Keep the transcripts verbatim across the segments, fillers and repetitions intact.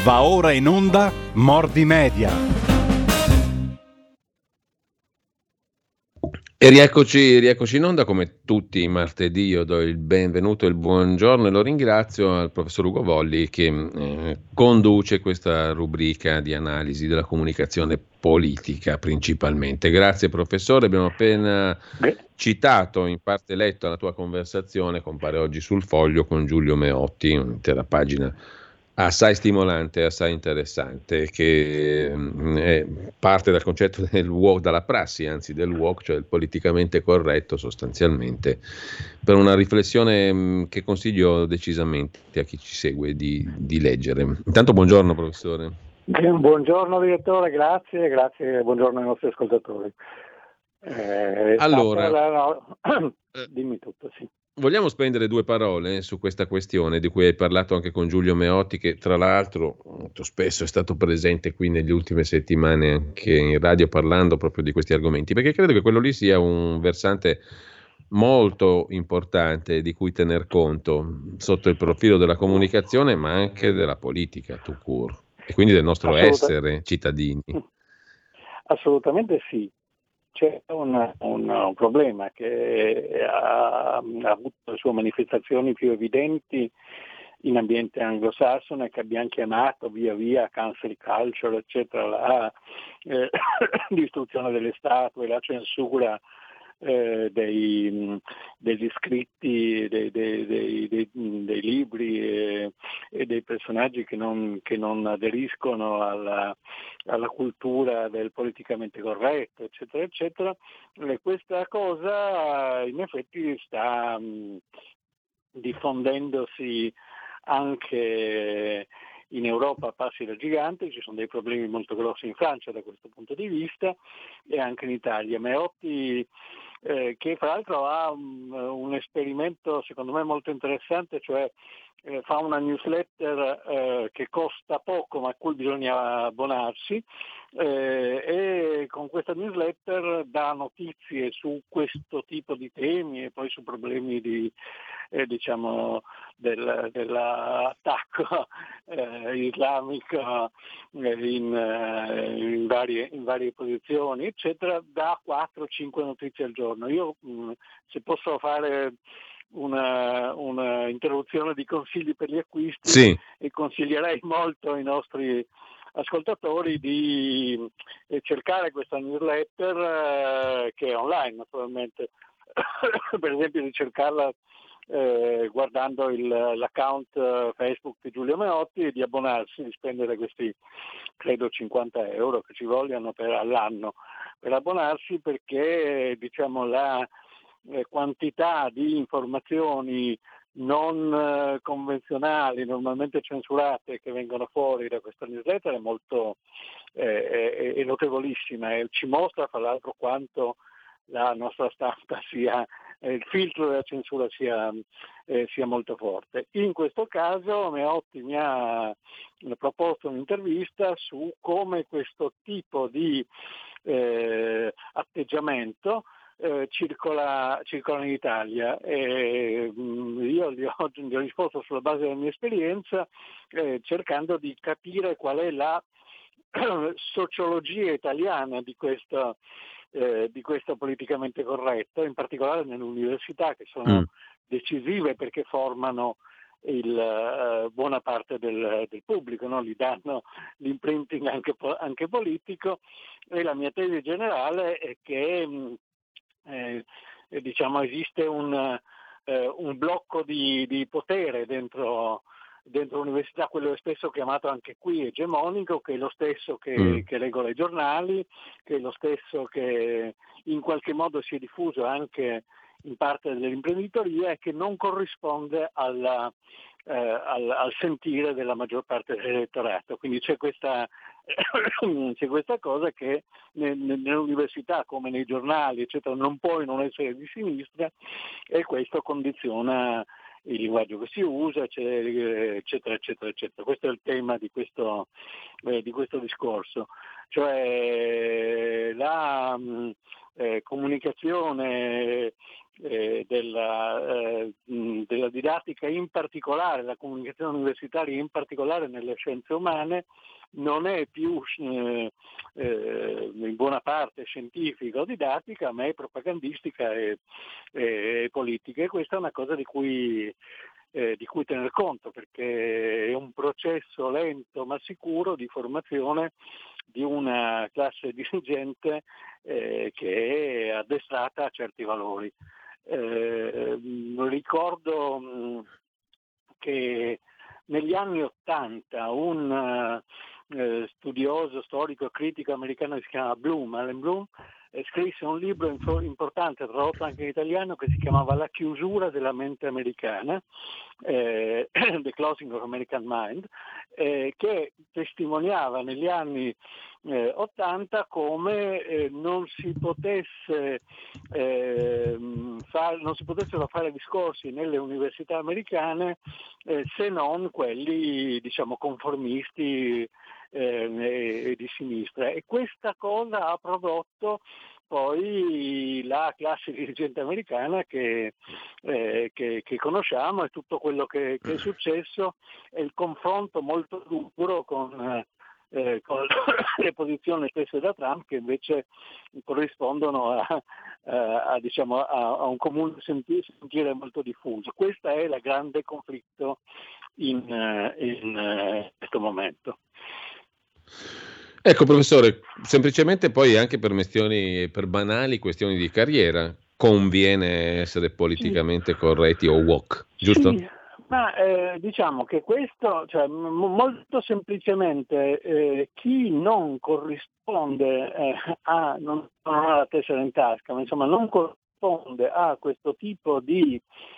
Va ora in onda Mordi Media. E rieccoci, rieccoci in onda come tutti i martedì. Io do il benvenuto e il buongiorno e lo ringrazio al professor Ugo Volli che eh, conduce questa rubrica di analisi della comunicazione politica principalmente. Grazie professore, abbiamo appena citato, in parte letto la tua conversazione, compare oggi sul Foglio con Giulio Meotti, un'intera pagina assai stimolante, assai interessante, che mh, è parte dal concetto del woke, dalla prassi anzi del woke, cioè il politicamente corretto sostanzialmente, per una riflessione mh, che consiglio decisamente a chi ci segue di, di leggere. Intanto buongiorno professore. Buongiorno direttore, grazie, grazie, buongiorno ai nostri ascoltatori. Eh, allora, la, no, dimmi tutto, sì. Vogliamo spendere due parole su questa questione di cui hai parlato anche con Giulio Meotti, che tra l'altro molto spesso è stato presente qui negli ultime settimane anche in radio parlando proprio di questi argomenti, perché credo che quello lì sia un versante molto importante di cui tener conto sotto il profilo della comunicazione ma anche della politica tout court e quindi del nostro Assoluta- essere cittadini. Assolutamente sì. C'è un, un, un problema che ha, ha avuto le sue manifestazioni più evidenti in ambiente anglosassone, che abbiamo chiamato via via cancel culture, eccetera, la eh, distruzione delle statue, la censura eh, dei, degli scritti, dei, dei, dei, dei, dei libri e, e dei personaggi che non, che non aderiscono alla, alla cultura del politicamente corretto, eccetera, eccetera. E questa cosa in effetti sta mh, diffondendosi anche in Europa a passi da gigante. Ci sono dei problemi molto grossi in Francia da questo punto di vista e anche in Italia. Meotti, eh, che fra l'altro ha un, un esperimento secondo me molto interessante, cioè eh, fa una newsletter eh, che costa poco ma a cui bisogna abbonarsi, eh, e con questa newsletter dà notizie su questo tipo di temi e poi su problemi di eh, diciamo del, dell'attacco eh, islamico eh, in, eh, in, varie, in varie posizioni, eccetera, da quattro cinque notizie al giorno. Io mh, se posso fare una, una interruzione di consigli per gli acquisti, sì. E consiglierei molto ai nostri ascoltatori di eh, cercare questa newsletter eh, che è online naturalmente, per esempio di cercarla Eh, guardando il, l'account uh, Facebook di Giulio Meotti e di abbonarsi, di spendere questi credo cinquanta euro che ci vogliono per, all'anno per abbonarsi, perché diciamo la eh, quantità di informazioni non eh, convenzionali, normalmente censurate, che vengono fuori da questa newsletter è molto eh, è, è notevolissima e ci mostra fra l'altro quanto la nostra stampa sia, eh, il filtro della censura sia, eh, sia molto forte. In questo caso Meotti mi ha proposto un'intervista su come questo tipo di eh, atteggiamento eh, circola, circola in Italia. E, mh, io gli ho, gli ho risposto sulla base della mia esperienza, eh, cercando di capire qual è la sociologia italiana di questo Eh, di questo politicamente corretto, in particolare nelle università, che sono Mm. decisive perché formano il, uh, buona parte del, del pubblico, no? Gli danno l'imprinting anche, anche politico, e la mia tesi generale è che mh, eh, diciamo esiste un, uh, un blocco di, di potere dentro dentro l'università, quello è spesso chiamato anche qui egemonico, che è lo stesso che, Mm. che regola i giornali, che è lo stesso che in qualche modo si è diffuso anche in parte dell'imprenditoria e che non corrisponde alla, eh, al, al sentire della maggior parte dell'elettorato. Quindi c'è questa, c'è questa cosa che nell'università come nei giornali eccetera non puoi non essere di sinistra, e questo condiziona il linguaggio che si usa, eccetera, eccetera, eccetera. Questo è il tema di questo, eh, di questo discorso, cioè la mh, eh, comunicazione eh, della, eh, della didattica, in particolare la comunicazione universitaria, in particolare nelle scienze umane, non è più eh, eh, in buona parte scientifica o didattica, ma è propagandistica e, e, e politica, e questa è una cosa di cui Eh, di cui tener conto, perché è un processo lento ma sicuro di formazione di una classe dirigente eh, che è addestrata a certi valori. Eh, ricordo mh, che negli anni Ottanta un uh, studioso, storico, critico americano che si chiama Bloom, Allen Bloom, eh, scrisse un libro inf- importante, tradotto anche in italiano, che si chiamava La chiusura della mente americana, eh, The Closing of American Mind, eh, che testimoniava negli anni eh, ottanta come eh, non si potesse eh, far, non si potessero fare discorsi nelle università americane eh, se non quelli, diciamo, conformisti eh, e di sinistra, e questa cosa ha prodotto poi la classe dirigente americana che, eh, che, che conosciamo, e tutto quello che, che è successo, e il confronto molto duro con, eh, con le posizioni stesse da Trump, che invece corrispondono a, a, a, diciamo, a, a un comune sentire, sentire molto diffuso. Questo è il grande conflitto in, in questo momento. Ecco, professore, semplicemente poi anche per questioni, per banali questioni di carriera, conviene essere politicamente sì. corretti o woke, giusto? Sì, ma eh, diciamo che questo, cioè, m- molto semplicemente, eh, chi non corrisponde eh, a, non, non ha la tessera in tasca, ma insomma non corrisponde a questo tipo di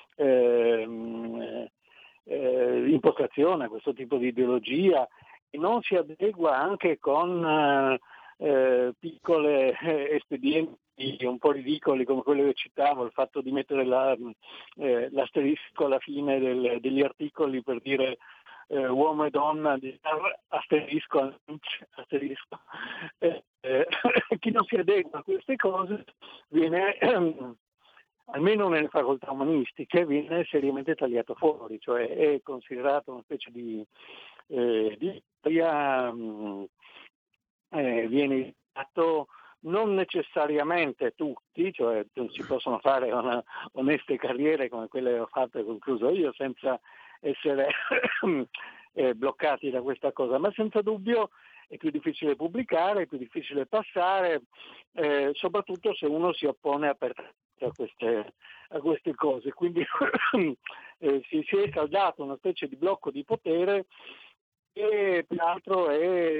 eh, eh, impostazione, a questo tipo di ideologia, non si adegua anche con eh, eh, piccole eh, espedienti un po' ridicoli come quello che citavo, il fatto di mettere la, eh, l'asterisco alla fine del, degli articoli per dire eh, uomo e donna, asterisco, asterisco. Eh, eh, chi non si adegua a queste cose viene, ehm, almeno nelle facoltà umanistiche, viene seriamente tagliato fuori, cioè è considerato una specie di Eh, di storia, mh, eh, viene dato non necessariamente tutti, cioè non si possono fare una, oneste carriere come quelle che ho fatto e concluso io senza essere eh, bloccati da questa cosa, ma senza dubbio è più difficile pubblicare, è più difficile passare, eh, soprattutto se uno si oppone apertamente a queste, a queste cose. Quindi eh, si, si è saldato una specie di blocco di potere che peraltro è,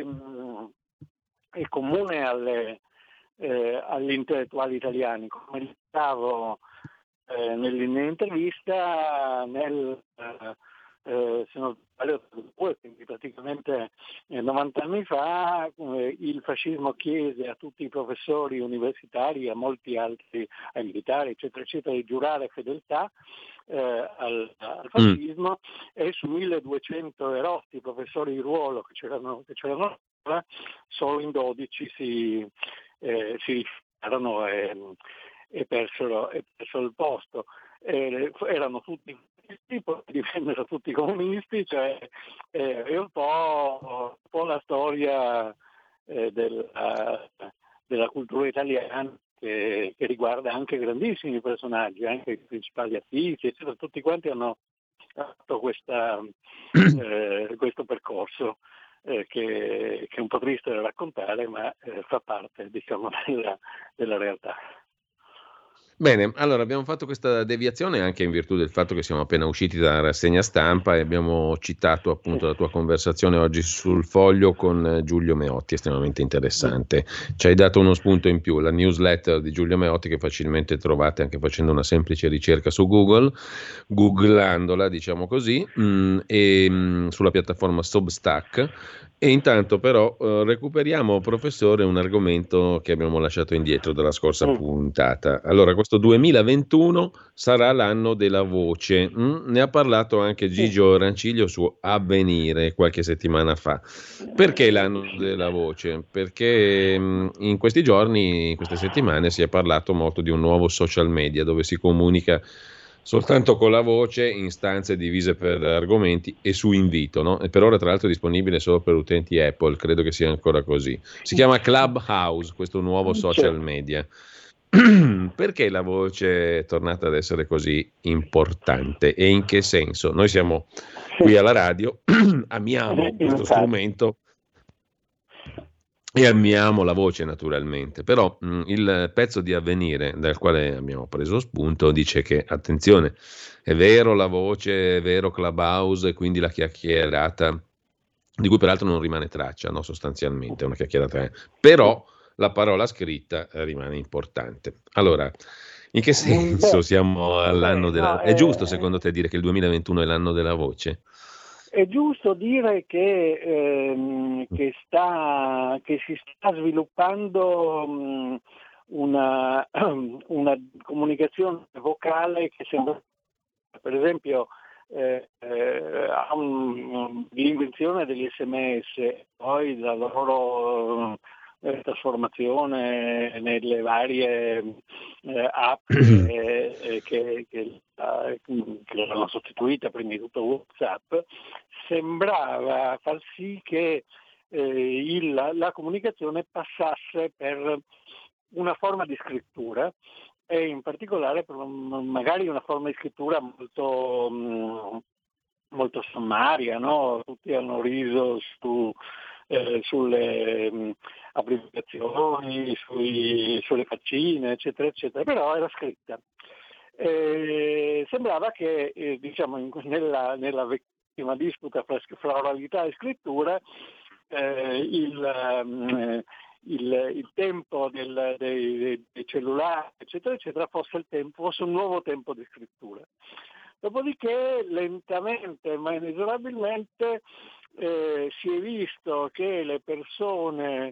è comune alle, eh, agli intellettuali italiani. Come dicevamo eh, nell'intervista, nel, eh, se non sbaglio, quindi praticamente eh, novanta anni fa, eh, il fascismo chiese a tutti i professori universitari, a molti altri, ai militari, eccetera, eccetera, di giurare fedeltà Eh, al, al fascismo, mm. e su milleduecento erotti professori di ruolo che c'erano, che c'erano solo in dodici si, eh, si rifiutarono e, e, persero, e persero il posto. Eh, erano tutti poi divennero tutti comunisti, cioè eh, è un po', un po' la storia eh, della, della cultura italiana, Che, che riguarda anche grandissimi personaggi, anche i principali artisti, eccetera. Tutti quanti hanno fatto questa, eh, questo percorso eh, che, che è un po' triste da raccontare, ma eh, fa parte, diciamo, della, della realtà. Bene, allora abbiamo fatto questa deviazione anche in virtù del fatto che siamo appena usciti dalla rassegna stampa e abbiamo citato appunto la tua conversazione oggi sul Foglio con Giulio Meotti, estremamente interessante. Ci hai dato uno spunto in più, la newsletter di Giulio Meotti, che facilmente trovate anche facendo una semplice ricerca su Google, googlandola, diciamo così, mh, e mh, sulla piattaforma Substack. E intanto però eh, recuperiamo, professore, un argomento che abbiamo lasciato indietro dalla scorsa puntata. Allora, questo duemilaventuno sarà l'anno della voce. Mm? Ne ha parlato anche Gigio Rancilio su Avvenire qualche settimana fa. Perché l'anno della voce? Perché mm, in questi giorni, in queste settimane, si è parlato molto di un nuovo social media dove si comunica soltanto con la voce, in stanze divise per argomenti e su invito, no? E per ora tra l'altro è disponibile solo per utenti Apple, credo che sia ancora così. Si chiama Clubhouse, questo nuovo social media. Perché la voce è tornata ad essere così importante e in che senso? Noi siamo qui alla radio, amiamo questo strumento e amiamo la voce naturalmente, però mh, il pezzo di Avvenire dal quale abbiamo preso spunto dice che, attenzione, è vero la voce, è vero Clubhouse e quindi la chiacchierata, di cui peraltro non rimane traccia, no? Sostanzialmente è una chiacchierata, però la parola scritta rimane importante. Allora, in che senso siamo all'anno della... no, È giusto secondo te dire che il duemilaventuno è l'anno della voce? È giusto dire che, ehm, che, sta, che si sta sviluppando mh, una, una comunicazione vocale che sembra, per esempio, eh, eh, un, l'invenzione degli sms, poi la loro eh, trasformazione nelle varie eh, app eh, che, che, che l'hanno sostituita, prima di tutto WhatsApp, sembrava far sì che eh, il, la comunicazione passasse per una forma di scrittura e in particolare per un, magari una forma di scrittura molto, mh, molto sommaria, no? Tutti hanno riso su, eh, sulle mh, abbreviazioni, sui, sulle faccine, eccetera, eccetera, però era scritta. Eh, sembrava che eh, diciamo in, nella, nella vecchia disputa fra, fra oralità e scrittura eh, il, um, il, il tempo del, dei, dei cellulari eccetera eccetera fosse il tempo, fosse un nuovo tempo di scrittura. Dopodiché lentamente ma inesorabilmente eh, si è visto che le persone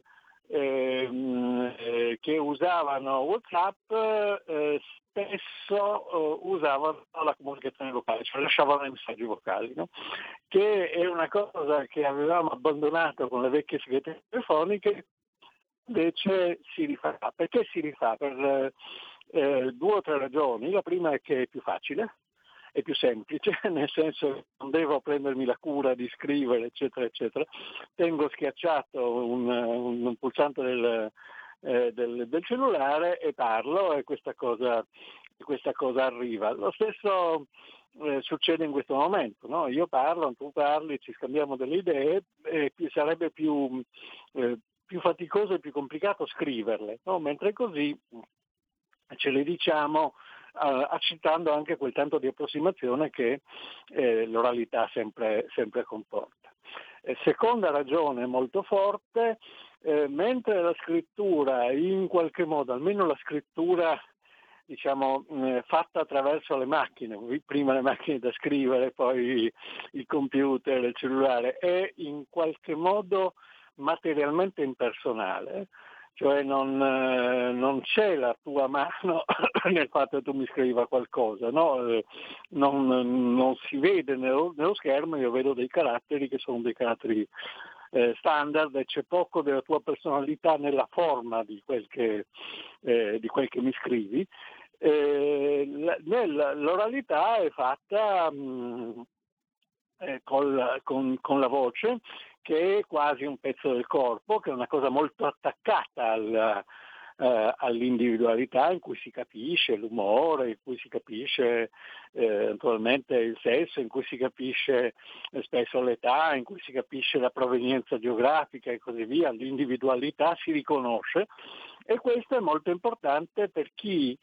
Ehm, eh, che usavano WhatsApp eh, spesso eh, usavano la comunicazione vocale, cioè lasciavano i messaggi vocali, no? Che è una cosa che avevamo abbandonato con le vecchie segreterie telefoniche, invece si rifà. Perché si rifà? Per eh, due o tre ragioni. La prima è che è più facile, è più semplice, nel senso che non devo prendermi la cura di scrivere, eccetera, eccetera. Tengo schiacciato un, un pulsante del, eh, del, del cellulare e parlo e questa cosa, questa cosa arriva. Lo stesso eh, succede in questo momento, no? Io parlo, tu parli, ci scambiamo delle idee e più, sarebbe più, eh, più faticoso e più complicato scriverle, no? Mentre così ce le diciamo Uh, accettando anche quel tanto di approssimazione che eh, l'oralità sempre, sempre comporta. Eh, seconda ragione molto forte, eh, mentre la scrittura in qualche modo, almeno la scrittura diciamo eh, fatta attraverso le macchine, prima le macchine da scrivere, poi il computer, il cellulare, è in qualche modo materialmente impersonale, cioè non, eh, non c'è la tua mano nel fatto che tu mi scriva qualcosa, no? Eh, non, non si vede nello, nello schermo, io vedo dei caratteri che sono dei caratteri eh, standard e c'è poco della tua personalità nella forma di quel che, eh, di quel che mi scrivi. Eh, la, nella, l'oralità è fatta mh, eh, col, con, con la voce, che è quasi un pezzo del corpo, che è una cosa molto attaccata al, eh, all'individualità, in cui si capisce l'umore, in cui si capisce eh, naturalmente il sesso, in cui si capisce eh, spesso l'età, in cui si capisce la provenienza geografica e così via. L'individualità si riconosce e questo è molto importante per chi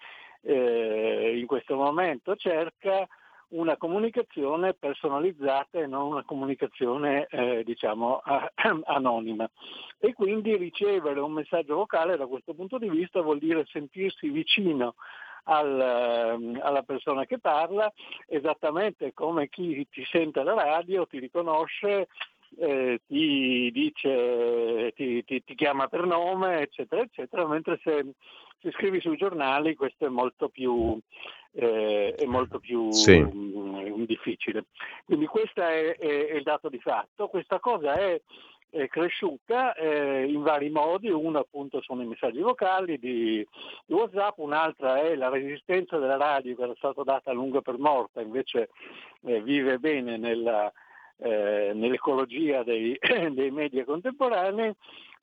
eh, in questo momento cerca una comunicazione personalizzata e non una comunicazione eh, diciamo anonima, e quindi ricevere un messaggio vocale da questo punto di vista vuol dire sentirsi vicino al, alla persona che parla, esattamente come chi ti sente alla radio ti riconosce eh, ti dice, ti, ti, ti chiama per nome, eccetera, eccetera, mentre se, se scrivi sui giornali questo è molto più, eh, è molto più Sì. mh, difficile. Quindi questo è, è, è il dato di fatto. Questa cosa è è cresciuta eh, in vari modi. Uno appunto sono i messaggi vocali di, di WhatsApp, un'altra è la resistenza della radio, che era stata data a lungo per morta, invece eh, vive bene nella, eh, nell'ecologia dei, dei media contemporanei.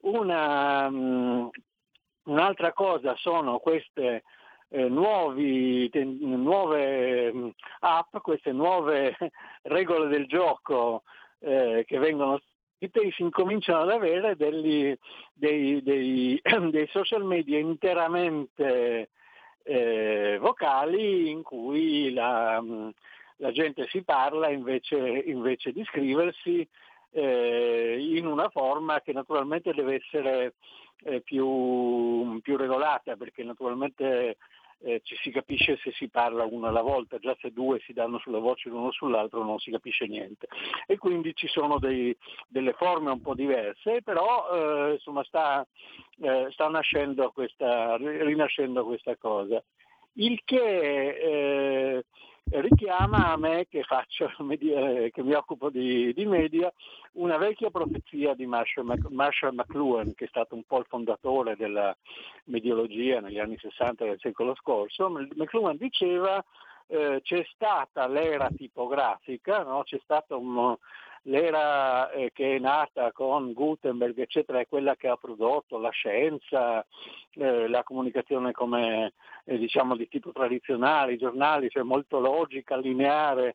Una, mh, un'altra cosa sono queste eh, nuovi, te, nuove mh, app, queste nuove regole del gioco eh, che vengono si incominciano ad avere degli, dei, dei, dei social media interamente eh, vocali in cui la, la gente si parla invece, invece di scriversi eh, in una forma che naturalmente deve essere eh, più, più regolata, perché naturalmente Eh, ci si capisce se si parla uno alla volta, già se due si danno sulla voce l'uno sull'altro non si capisce niente, e quindi ci sono dei, delle forme un po' diverse, però eh, insomma sta, eh, sta nascendo questa, rinascendo questa cosa, il che eh, richiama a me che faccio media, che mi occupo di, di media, una vecchia profezia di Marshall, Mc, Marshall McLuhan, che è stato un po' il fondatore della mediologia negli anni sessanta del secolo scorso. McLuhan diceva eh, c'è stata l'era tipografica, no? C'è stata un, l'era eh, che è nata con Gutenberg, eccetera, è quella che ha prodotto la scienza, eh, la comunicazione come eh, diciamo di tipo tradizionale, i giornali, cioè molto logica, lineare,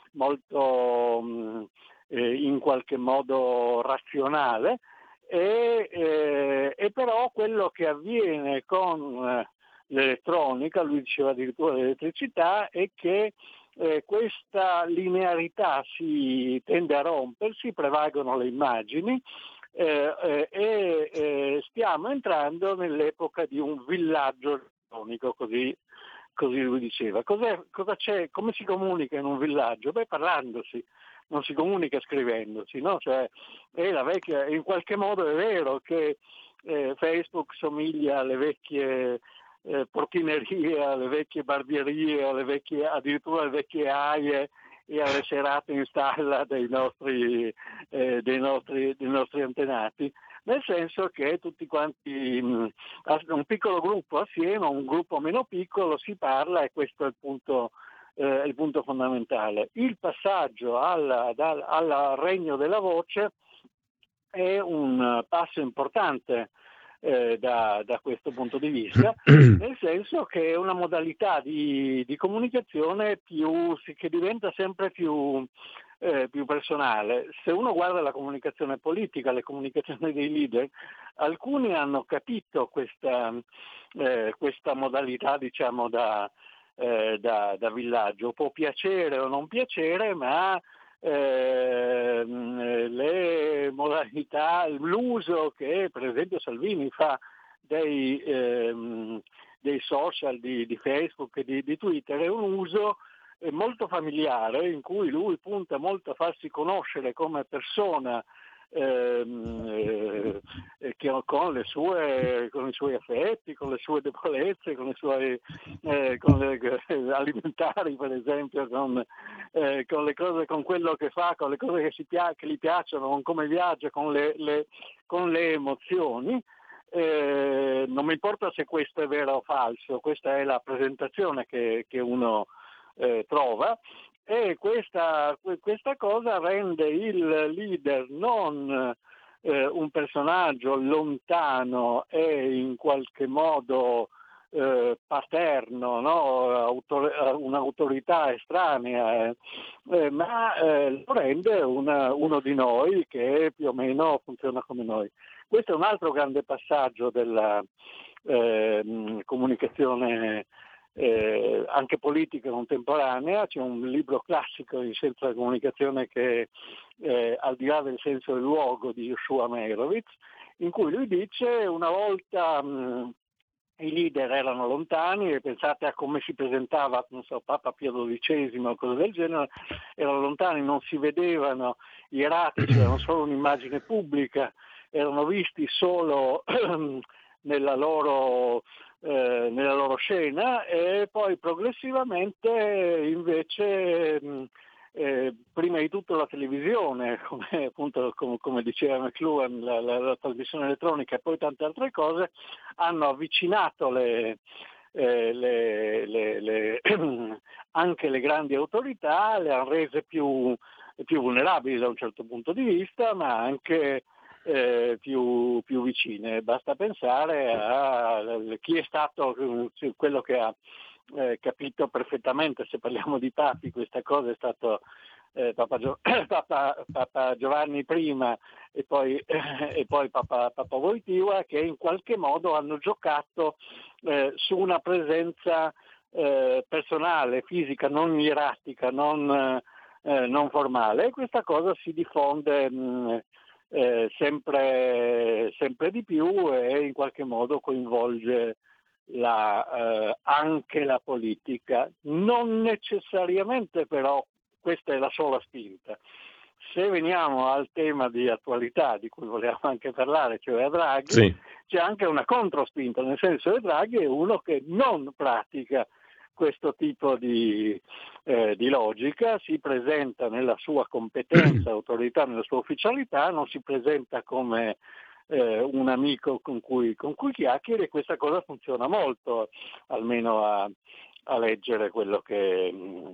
molto mh, eh, in qualche modo razionale, e, eh, e però quello che avviene con eh, l'elettronica, lui diceva addirittura l'elettricità, è che Eh, questa linearità si tende a rompersi, prevalgono le immagini eh, eh, e eh, stiamo entrando nell'epoca di un villaggio elettronico, così, così lui diceva. Cos'è, cosa c'è, come si comunica in un villaggio? Beh, parlandosi, non si comunica scrivendosi, no? Cioè, è la vecchia, in qualche modo è vero che eh, Facebook somiglia alle vecchie Eh, portinerie, alle vecchie barbierie, alle vecchie, addirittura alle vecchie aie e alle serate in stalla dei nostri, eh, dei nostri, dei nostri antenati, nel senso che tutti quanti, mh, un piccolo gruppo assieme, un gruppo meno piccolo, si parla, e questo è il punto, eh, il punto fondamentale. Il passaggio alla, dal, al regno della voce è un passo importante Eh, da, da questo punto di vista, nel senso che è una modalità di, di comunicazione più, che diventa sempre più, eh, più personale. Se uno guarda la comunicazione politica, le comunicazioni dei leader, alcuni hanno capito questa, eh, questa modalità, diciamo, da, eh, da, da villaggio. Può piacere o non piacere, ma Eh, le modalità, l'uso che per esempio Salvini fa dei, ehm, dei social, di, di Facebook e di, di Twitter, è un uso molto familiare in cui lui punta molto a farsi conoscere come persona ehm, eh, che, con, le sue, con i suoi affetti, con le sue debolezze, con le sue eh, con le, eh, alimentari per esempio, con, eh, con le cose, con quello che fa, con le cose che, si pia- che gli piacciono, con come viaggia, con le, le, con le emozioni. Eh, non mi importa se questo è vero o falso, questa è la presentazione che, che uno eh, trova. E questa, questa cosa rende il leader non eh, un personaggio lontano e in qualche modo eh, paterno, no? Autor- un'autorità estranea, eh, ma eh, lo rende una, uno di noi che più o meno funziona come noi. Questo è un altro grande passaggio della eh, comunicazione Eh, anche politica contemporanea. C'è un libro classico di scienza della comunicazione che eh, Al di là del senso del luogo, di Joshua Meyerowitz, in cui lui dice una volta mh, i leader erano lontani, e pensate a come si presentava, non so, Papa Pio dodicesimo o cose del genere, erano lontani, non si vedevano, gli eratici erano solo un'immagine pubblica, erano visti solo nella loro, eh, nella loro scena, e poi progressivamente invece mh, eh, prima di tutto la televisione, come appunto come, come diceva McLuhan, la, la, la trasmissione elettronica, e poi tante altre cose hanno avvicinato le, eh, le, le, le anche le grandi autorità, le hanno rese più, più vulnerabili da un certo punto di vista, ma anche eh, più, più vicine. Basta pensare a chi è stato quello che ha eh, capito perfettamente, se parliamo di papi, questa cosa è stato eh, Papa, Gio- Papa, Papa Giovanni prima e poi, eh, e poi Papa, Papa Wojtyła, che in qualche modo hanno giocato eh, su una presenza eh, personale, fisica, non ierarchica, non, eh, non formale, e questa cosa si diffonde mh, eh, sempre, sempre di più, e in qualche modo coinvolge la, eh, anche la politica. Non necessariamente però questa è la sola spinta. Se veniamo al tema di attualità di cui vogliamo anche parlare, cioè a Draghi, sì, c'è anche una controspinta, nel senso che Draghi è uno che non pratica questo tipo di, eh, di logica, si presenta nella sua competenza, autorità, nella sua ufficialità, non si presenta come eh, un amico con cui, con cui chiacchiere, e questa cosa funziona molto, almeno a, a leggere quello che...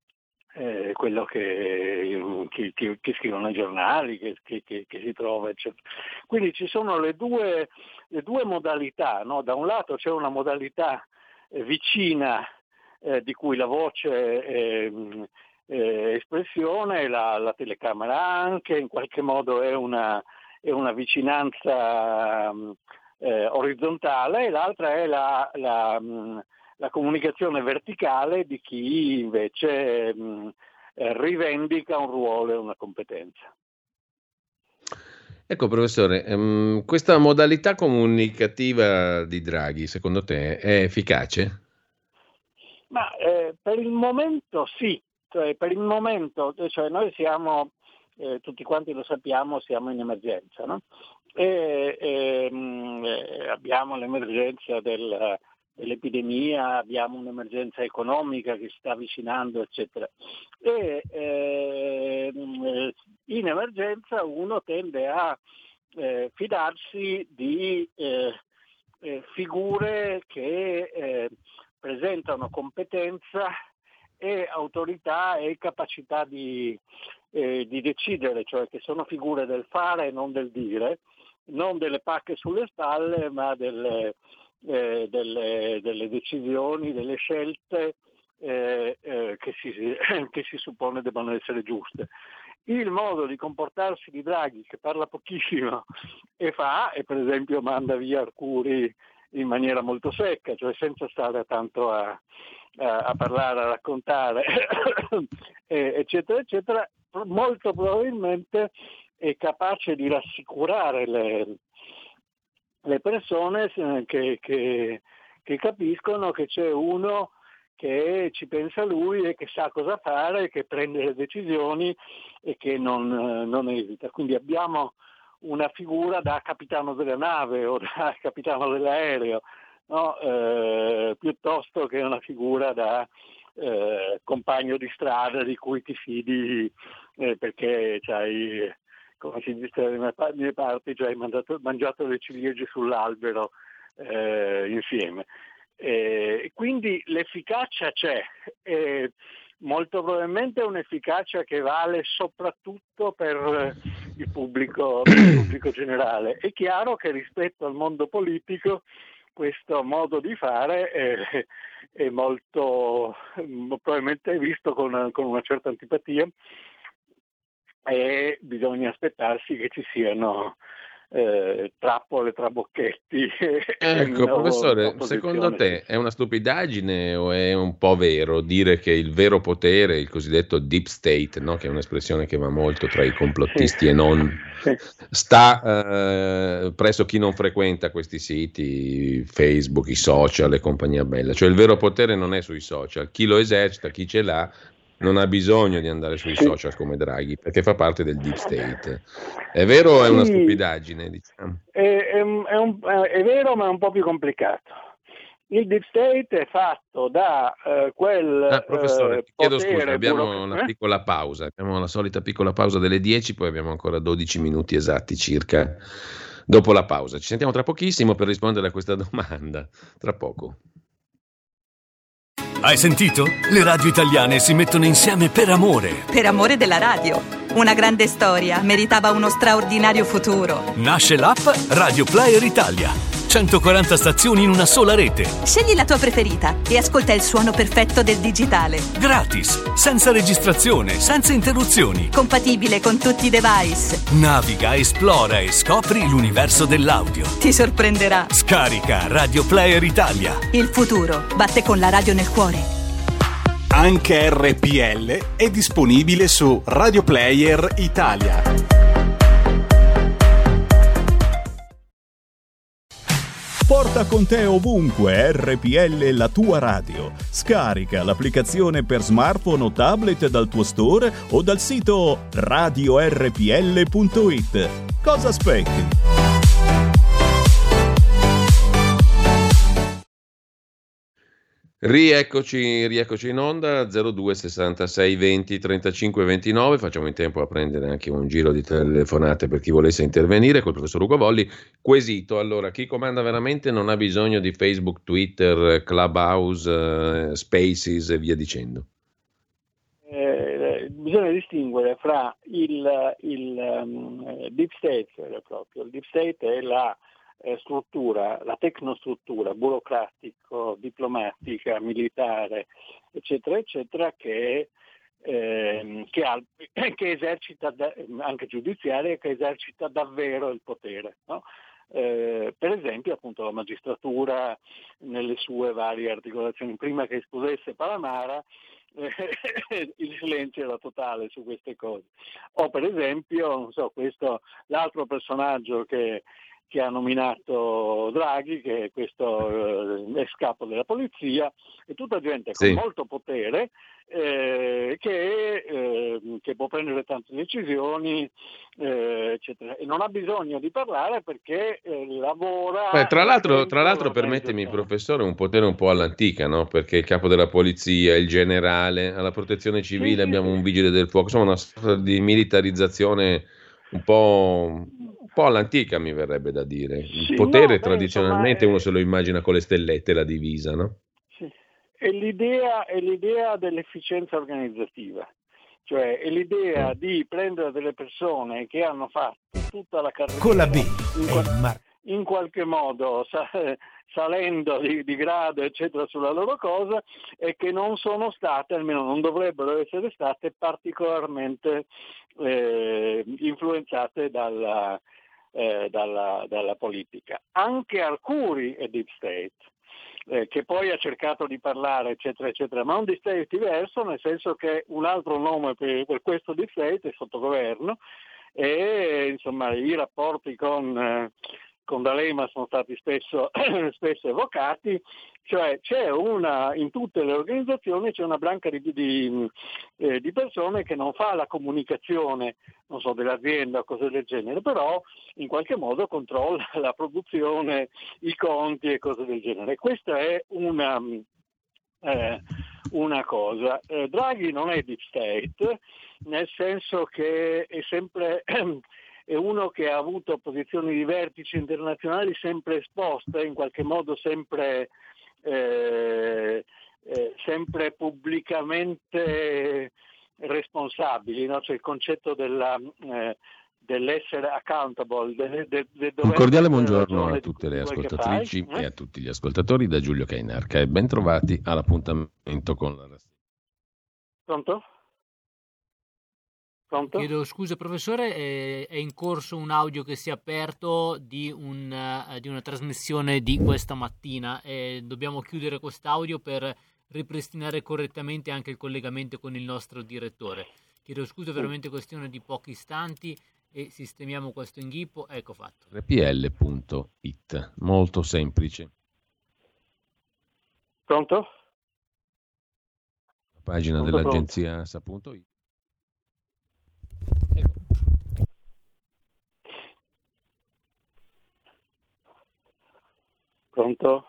Eh, quello che, che, che, che scrivono i giornali, che, che, che, che si trova, eccetera. Quindi ci sono le due, le due modalità, no? Da un lato c'è una modalità eh, vicina eh, di cui la voce è eh, espressione, la, la telecamera anche, in qualche modo è una, è una vicinanza eh, orizzontale, e l'altra è la... la la comunicazione verticale di chi invece mh, rivendica un ruolo e una competenza. Ecco, professore, ehm, questa modalità comunicativa di Draghi, secondo te, è efficace? Ma eh, per il momento sì, cioè, per il momento, cioè noi siamo, eh, tutti quanti lo sappiamo, siamo in emergenza, no? E, e mh, abbiamo l'emergenza del dell'epidemia, abbiamo un'emergenza economica che si sta avvicinando, eccetera. E eh, in emergenza uno tende a eh, fidarsi di eh, eh, figure che eh, presentano competenza e autorità e capacità di, eh, di decidere, cioè che sono figure del fare e non del dire, non delle pacche sulle spalle, ma delle Eh, delle, delle decisioni, delle scelte eh, eh, che, si, che si suppone debbano essere giuste. Il modo di comportarsi di Draghi, che parla pochissimo e fa, e per esempio manda via Arcuri in maniera molto secca, cioè senza stare tanto a, a, a parlare, a raccontare, eccetera, eccetera, molto probabilmente è capace di rassicurare le le persone che, che, che capiscono che c'è uno che ci pensa lui e che sa cosa fare, che prende le decisioni e che non, non esita. Quindi abbiamo una figura da capitano della nave o da capitano dell'aereo, no? eh, piuttosto che una figura da eh, compagno di strada di cui ti fidi eh, perché c'hai, come si dice dalle mie parti, cioè hai mangiato, mangiato le ciliegie sull'albero eh, insieme. E quindi l'efficacia c'è, e molto probabilmente è un'efficacia che vale soprattutto per il pubblico, per il pubblico generale. È chiaro che rispetto al mondo politico questo modo di fare è, è molto, probabilmente è visto con, con una certa antipatia, e bisogna aspettarsi che ci siano eh, trappole, trabocchetti. Ecco, professore, secondo te è una stupidaggine o è un po' vero dire che il vero potere, il cosiddetto deep state, no? Che è un'espressione che va molto tra i complottisti sì. e non, sì. sta eh, presso chi non frequenta questi siti, Facebook, i social e compagnia bella? Cioè il vero potere non è sui social, chi lo esercita, chi ce l'ha, non ha bisogno di andare sui sì. social come Draghi, perché fa parte del deep state. È vero o è una stupidaggine? Diciamo? È, è, è, un, è vero, ma è un po' più complicato. Il deep state è fatto da uh, quel ah, professore, uh, ti chiedo scusa, abbiamo buroc- una eh? piccola pausa, abbiamo la solita piccola pausa delle dieci, poi abbiamo ancora dodici minuti esatti circa dopo la pausa. Ci sentiamo tra pochissimo per rispondere a questa domanda, tra poco. Hai sentito? Le radio italiane si mettono insieme per amore. Per amore della radio. Una grande storia meritava uno straordinario futuro. Nasce l'app Radio Player Italia. centoquaranta stazioni in una sola rete. Scegli la tua preferita e ascolta il suono perfetto del digitale. Gratis, senza registrazione, senza interruzioni. Compatibile con tutti i device. Naviga, esplora e scopri l'universo dell'audio. Ti sorprenderà. Scarica Radio Player Italia. Il futuro batte con la radio nel cuore. Anche R P L è disponibile su Radio Player Italia. Porta con te ovunque R P L, la tua radio. Scarica l'applicazione per smartphone o tablet dal tuo store o dal sito radio erre pi elle punto it. Cosa aspetti? Rieccoci, rieccoci in onda, zero due sessantasei venti trentacinque ventinove, facciamo in tempo a prendere anche un giro di telefonate per chi volesse intervenire col professor Ugo Volli. Quesito, allora, chi comanda veramente non ha bisogno di Facebook, Twitter, Clubhouse, uh, Spaces e via dicendo? Eh, bisogna distinguere fra il, il um, deep state vero e proprio. Il deep state è la struttura, la tecnostruttura burocratico, diplomatica, militare, eccetera, eccetera, che, eh, che, ha, che esercita, da, anche giudiziaria, che esercita davvero il potere, no? Eh, per esempio appunto la magistratura nelle sue varie articolazioni, prima che esplodesse Palamara eh, il silenzio era totale su queste cose. O per esempio, non so, questo l'altro personaggio che che ha nominato Draghi, che è questo eh, ex capo della polizia, è tutta gente con sì. molto potere eh, che, eh, che può prendere tante decisioni, eh, eccetera, e non ha bisogno di parlare perché eh, lavora. Beh, tra l'altro, tra l'altro permettimi, professore, un potere un po' all'antica, no? Perché il capo della polizia, il generale, alla protezione civile sì, abbiamo sì. un vigile del fuoco, insomma una sorta di militarizzazione un po', un po' all'antica, mi verrebbe da dire. Il sì, potere no, tradizionalmente beh, insomma, uno se lo immagina con le stellette, la divisa, no? Sì. È l'idea, è l'idea dell'efficienza organizzativa, cioè è l'idea di prendere delle persone che hanno fatto tutta la carriera con la B in, qual- in qualche modo sa- salendo di, di grado eccetera sulla loro cosa, e che non sono state, almeno non dovrebbero essere state, particolarmente eh, influenzate dalla, eh, dalla, dalla politica. Anche Arcuri è deep state, eh, che poi ha cercato di parlare eccetera eccetera, ma un deep state diverso, nel senso che un altro nome per, per questo deep state è sottogoverno, e insomma i rapporti con eh, con D'Alema sono stati spesso, spesso evocati, cioè c'è una, in tutte le organizzazioni c'è una branca di, di, eh, di persone che non fa la comunicazione, non so, dell'azienda o cose del genere, però in qualche modo controlla la produzione, i conti e cose del genere. Questa è una, eh, una cosa. Eh, Draghi non è deep state, nel senso che è sempre... è uno che ha avuto posizioni di vertice internazionali sempre esposte, in qualche modo sempre, eh, eh, sempre pubblicamente responsabili, no? Cioè il concetto della, eh, dell'essere accountable. De, de, de Un cordiale buongiorno a tutte le ascoltatrici fai, eh? e a tutti gli ascoltatori da Giulio Cainarca, e ben trovati all'appuntamento con la rassegna. Pronto? Pronto? Chiedo scusa professore, eh, è in corso un audio che si è aperto di, un, uh, di una trasmissione di questa mattina e dobbiamo chiudere quest'audio per ripristinare correttamente anche il collegamento con il nostro direttore. Chiedo scusa, veramente questione di pochi istanti e sistemiamo questo inghippo. Ecco fatto. R P L punto it, molto semplice. Pronto? La pagina Pronto, dell'agenzia A S A punto it. Ecco. Pronto?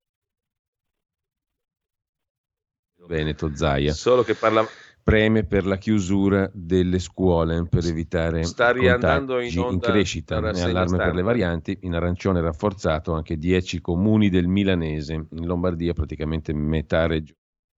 Veneto Zaia. Solo che parla... preme per la chiusura delle scuole per evitare Sta riandando in contagi in, onda crescita la e rassegna allarme per le stampa. varianti. In arancione rafforzato anche dieci comuni del Milanese, in Lombardia praticamente metà regione.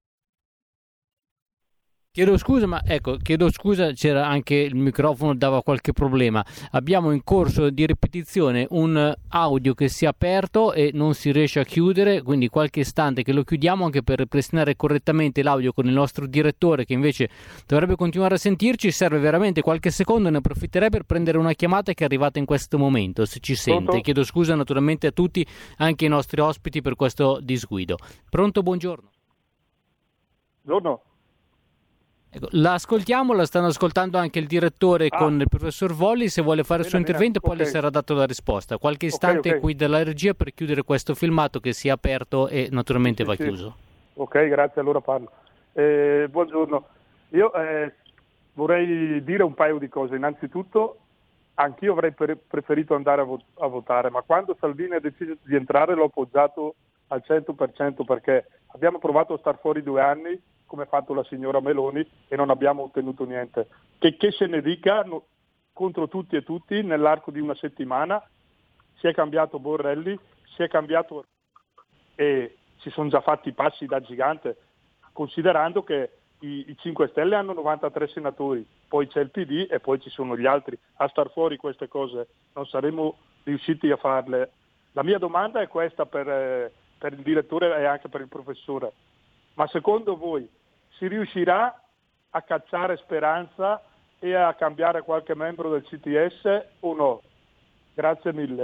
Chiedo scusa, ma ecco, chiedo scusa, c'era anche il microfono, dava qualche problema. Abbiamo in corso di ripetizione un audio che si è aperto e non si riesce a chiudere, quindi qualche istante che lo chiudiamo anche per ripristinare correttamente l'audio con il nostro direttore che invece dovrebbe continuare a sentirci. Serve veramente qualche secondo, ne approfitterei per prendere una chiamata che è arrivata in questo momento, se ci sente. Pronto? Chiedo scusa naturalmente a tutti, anche ai nostri ospiti per questo disguido. Pronto, buongiorno. Buongiorno. Ecco, la ascoltiamo, la stanno ascoltando anche il direttore Ah. con il professor Volli. Se vuole fare il suo Bene, bene, intervento poi ok. le sarà data la risposta. Qualche Ok, istante ok. qui dalla regia per chiudere questo filmato che si è aperto e naturalmente Sì, va sì. chiuso. Ok, grazie, allora parlo. Eh, buongiorno, io eh, vorrei dire un paio di cose. Innanzitutto, anch'io avrei pre- preferito andare a, vo- a votare, ma quando Salvini ha deciso di entrare l'ho appoggiato al cento per cento perché abbiamo provato a star fuori due anni, come ha fatto la signora Meloni, e non abbiamo ottenuto niente. Che, che se ne dica, no, contro tutti e tutti, nell'arco di una settimana si è cambiato Borrelli, si è cambiato e si sono già fatti passi da gigante, considerando che i, i cinque Stelle hanno novantatré senatori, poi c'è il P D e poi ci sono gli altri. A star fuori queste cose non saremmo riusciti a farle. La mia domanda è questa per, eh, per il direttore e anche per il professore. Ma secondo voi si riuscirà a cacciare Speranza e a cambiare qualche membro del C T S o no? Grazie mille.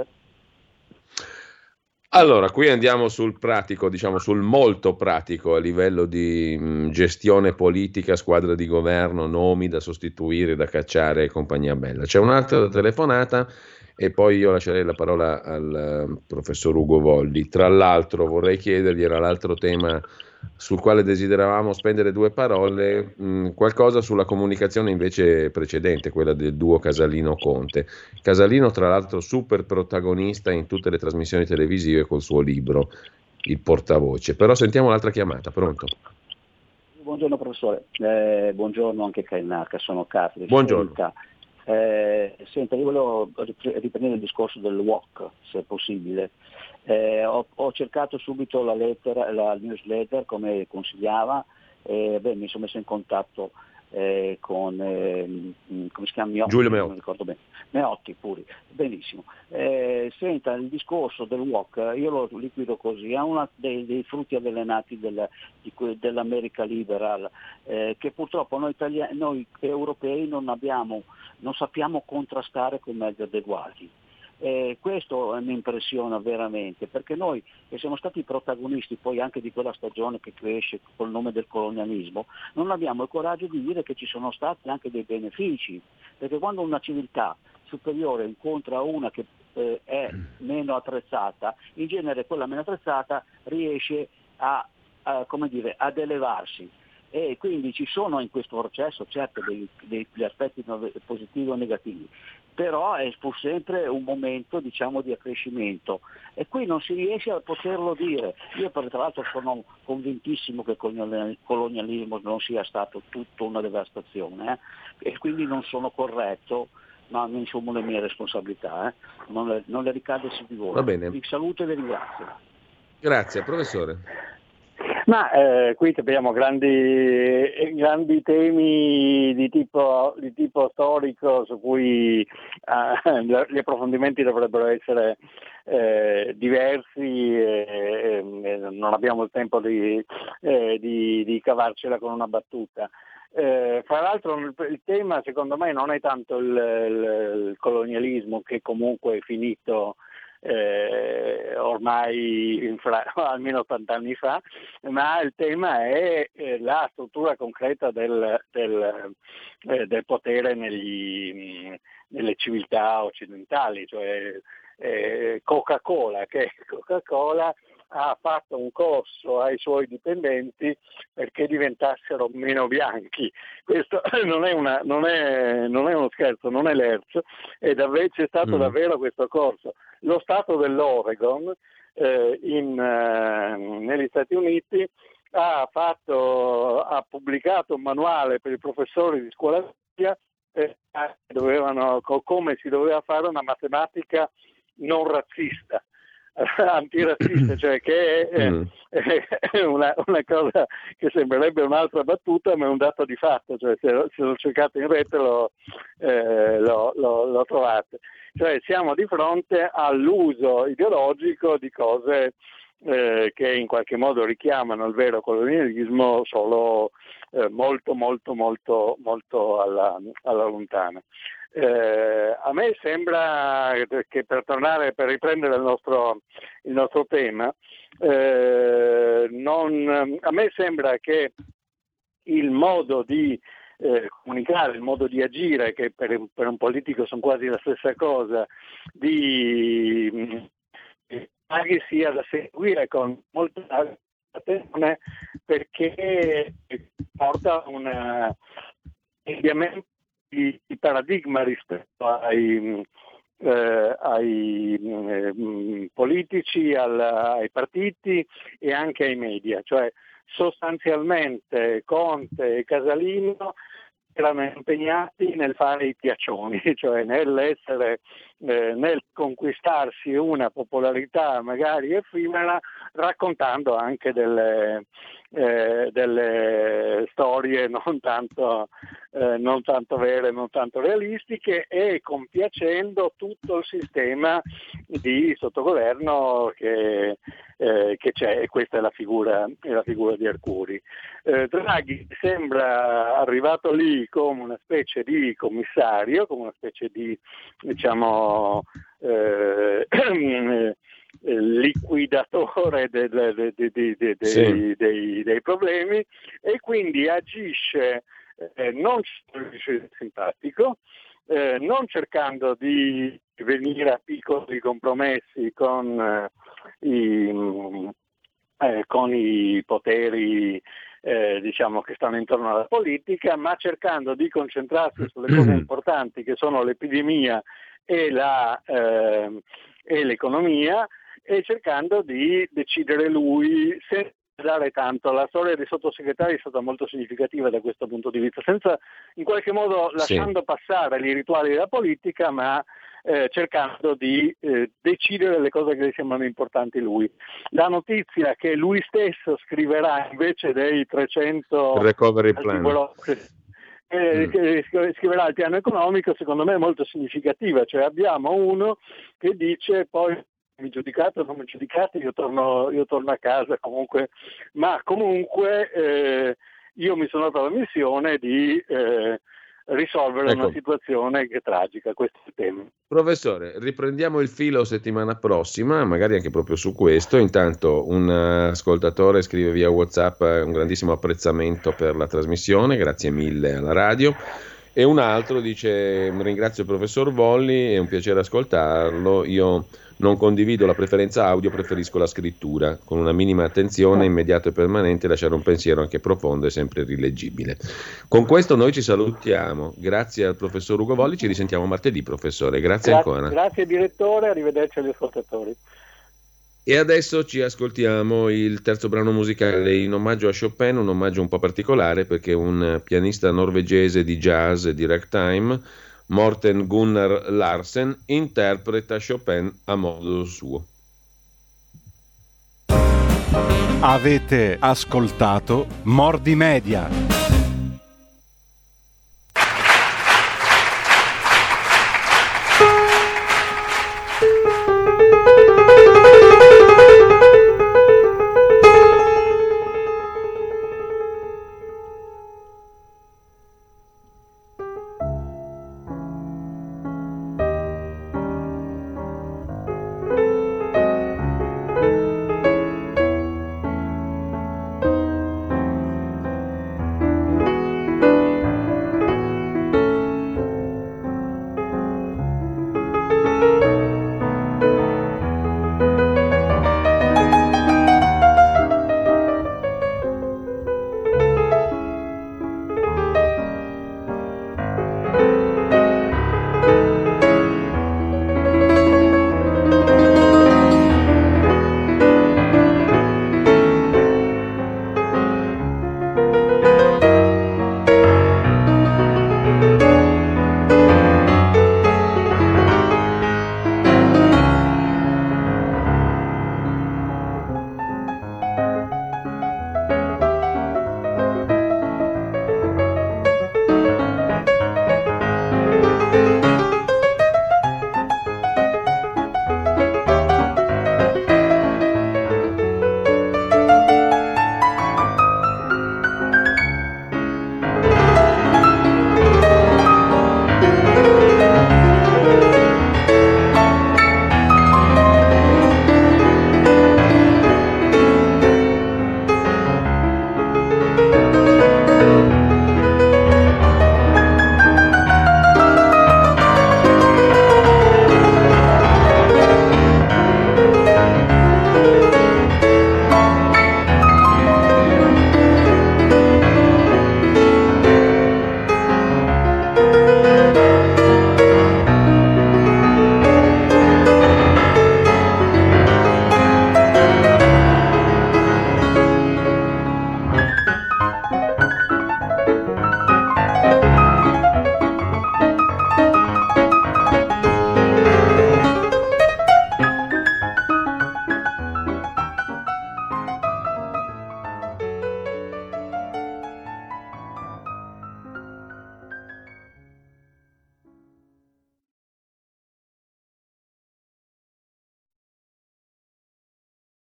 Allora, qui andiamo sul pratico, diciamo sul molto pratico a livello di mh, gestione politica, squadra di governo, nomi da sostituire, da cacciare e compagnia bella. C'è un'altra telefonata e poi io lascerei la parola al uh, professor Ugo Volli. Tra l'altro vorrei chiedergli, era l'altro tema sul quale desideravamo spendere due parole, mh, qualcosa sulla comunicazione invece precedente, quella del duo Casalino-Conte. Casalino, tra l'altro, super protagonista in tutte le trasmissioni televisive col suo libro, Il portavoce. Però sentiamo l'altra chiamata, pronto? Buongiorno professore, eh, buongiorno anche Cainarca, sono Carlo. Buongiorno. Eh, senta, io volevo riprendere il discorso del W O C, se è possibile. Eh, ho, ho cercato subito la lettera, la newsletter come consigliava, e beh, mi sono messo in contatto eh, con eh, come si chiama? Miotti, Giulio Meotti. non ricordo bene. Meotti pure, benissimo. Eh, senta, il discorso del W O C io lo liquido così, è uno dei, dei frutti avvelenati del, di, dell'America liberal, eh, che purtroppo noi, italiani, noi europei non abbiamo, non sappiamo contrastare con mezzi adeguati. Eh, questo mi impressiona veramente, perché noi che siamo stati protagonisti poi anche di quella stagione che cresce col nome del colonialismo, non abbiamo il coraggio di dire che ci sono stati anche dei benefici, perché quando una civiltà superiore incontra una che eh, è meno attrezzata, in genere quella meno attrezzata riesce a, a, come dire, ad elevarsi. E quindi ci sono in questo processo certo dei, degli aspetti positivi o negativi, però è pur sempre un momento, diciamo, di accrescimento e qui non si riesce a poterlo dire. Io tra l'altro sono convintissimo che il colonialismo non sia stato tutto una devastazione eh? E quindi non sono corretto, ma mi assumo le mie responsabilità, eh? non, le, non le ricade su di voi. Va bene. Vi saluto e vi ringrazio. Grazie, professore. Ma eh, qui abbiamo grandi, grandi temi di tipo, di tipo storico su cui eh, gli approfondimenti dovrebbero essere eh, diversi e, e non abbiamo il tempo di, eh, di, di cavarcela con una battuta. Eh, fra l'altro il, il tema secondo me non è tanto il, il, il colonialismo, che comunque è finito eh, ormai fra, almeno ottanta anni fa, ma il tema è eh, la struttura concreta del, del, eh, del potere negli, nelle civiltà occidentali, cioè eh, Coca-Cola, che Coca-Cola ha fatto un corso ai suoi dipendenti perché diventassero meno bianchi. Questo non è, una, non è, non è uno scherzo, non è l'erzo, e davvero, c'è stato mm. davvero questo corso. Lo Stato dell'Oregon eh, in, eh, negli Stati Uniti ha, fatto, ha pubblicato un manuale per i professori di scuola media eh, dovevano, come si doveva fare una matematica non razzista, antirazzista, cioè che è, mm. è una, una cosa che sembrerebbe un'altra battuta, ma è un dato di fatto, cioè se, se lo cercate in rete lo, eh, lo, lo, lo trovate. Cioè siamo di fronte all'uso ideologico di cose eh, che in qualche modo richiamano il vero colonialismo, solo eh, molto molto molto molto alla, alla lontana. Eh, a me sembra che, per tornare, per riprendere il nostro, il nostro tema, eh, non, a me sembra che il modo di eh, comunicare, il modo di agire, che per, per un politico sono quasi la stessa cosa, di magari sia da seguire con molta attenzione, perché porta un cambiamento di, di paradigma rispetto ai, eh, ai eh, politici, al, ai partiti e anche ai media. Cioè sostanzialmente Conte e Casalino erano impegnati nel fare i piaccioni, cioè nell'essere, eh, nel conquistarsi una popolarità magari effimera, raccontando anche delle, eh, delle storie non tanto, eh, non tanto vere, non tanto realistiche, e compiacendo tutto il sistema di sottogoverno che, eh, che c'è, e questa è la figura, è la figura di Arcuri. Eh, Draghi sembra arrivato lì come una specie di commissario, come una specie di, diciamo, eh, liquidatore de, de, de, de, de, de, de, sì. dei, dei problemi, e quindi agisce eh, non simpatico, eh, non cercando di venire a piccoli compromessi con, eh, i, eh, con i poteri Eh, diciamo che stanno intorno alla politica, ma cercando di concentrarsi sulle cose importanti, che sono l'epidemia e, la, eh, e l'economia, e cercando di decidere lui senza dare tanto. La storia dei sottosegretari è stata molto significativa da questo punto di vista, senza in qualche modo lasciando sì. passare i rituali della politica, ma Eh, cercando di eh, decidere le cose che gli sembrano importanti lui. La notizia che lui stesso scriverà invece dei trecento recovery plan, eh, mm. che scriverà il piano economico, secondo me è molto significativa. Cioè abbiamo uno che dice: poi mi giudicate o non mi giudicate, io torno, io torno a casa comunque, ma comunque eh, io mi sono dato la missione di eh, risolvere ecco. una situazione che è tragica, questo è il tema. Professore, riprendiamo il filo settimana prossima, magari anche proprio su questo. Intanto un ascoltatore scrive via WhatsApp un grandissimo apprezzamento per la trasmissione, grazie mille alla radio, e un altro dice: ringrazio il professor Volli, è un piacere ascoltarlo, io non condivido la preferenza audio, preferisco la scrittura, con una minima attenzione, immediato e permanente, lasciare un pensiero anche profondo e sempre rileggibile. Con questo noi ci salutiamo, grazie al professor Ugo Volli, ci risentiamo martedì, professore, grazie, grazie ancora. Grazie direttore, arrivederci agli ascoltatori. E adesso ci ascoltiamo il terzo brano musicale in omaggio a Chopin, un omaggio un po' particolare perché un pianista norvegese di jazz e di ragtime, Morten Gunnar Larsen, interpreta Chopin a modo suo. Avete ascoltato Mordi Media.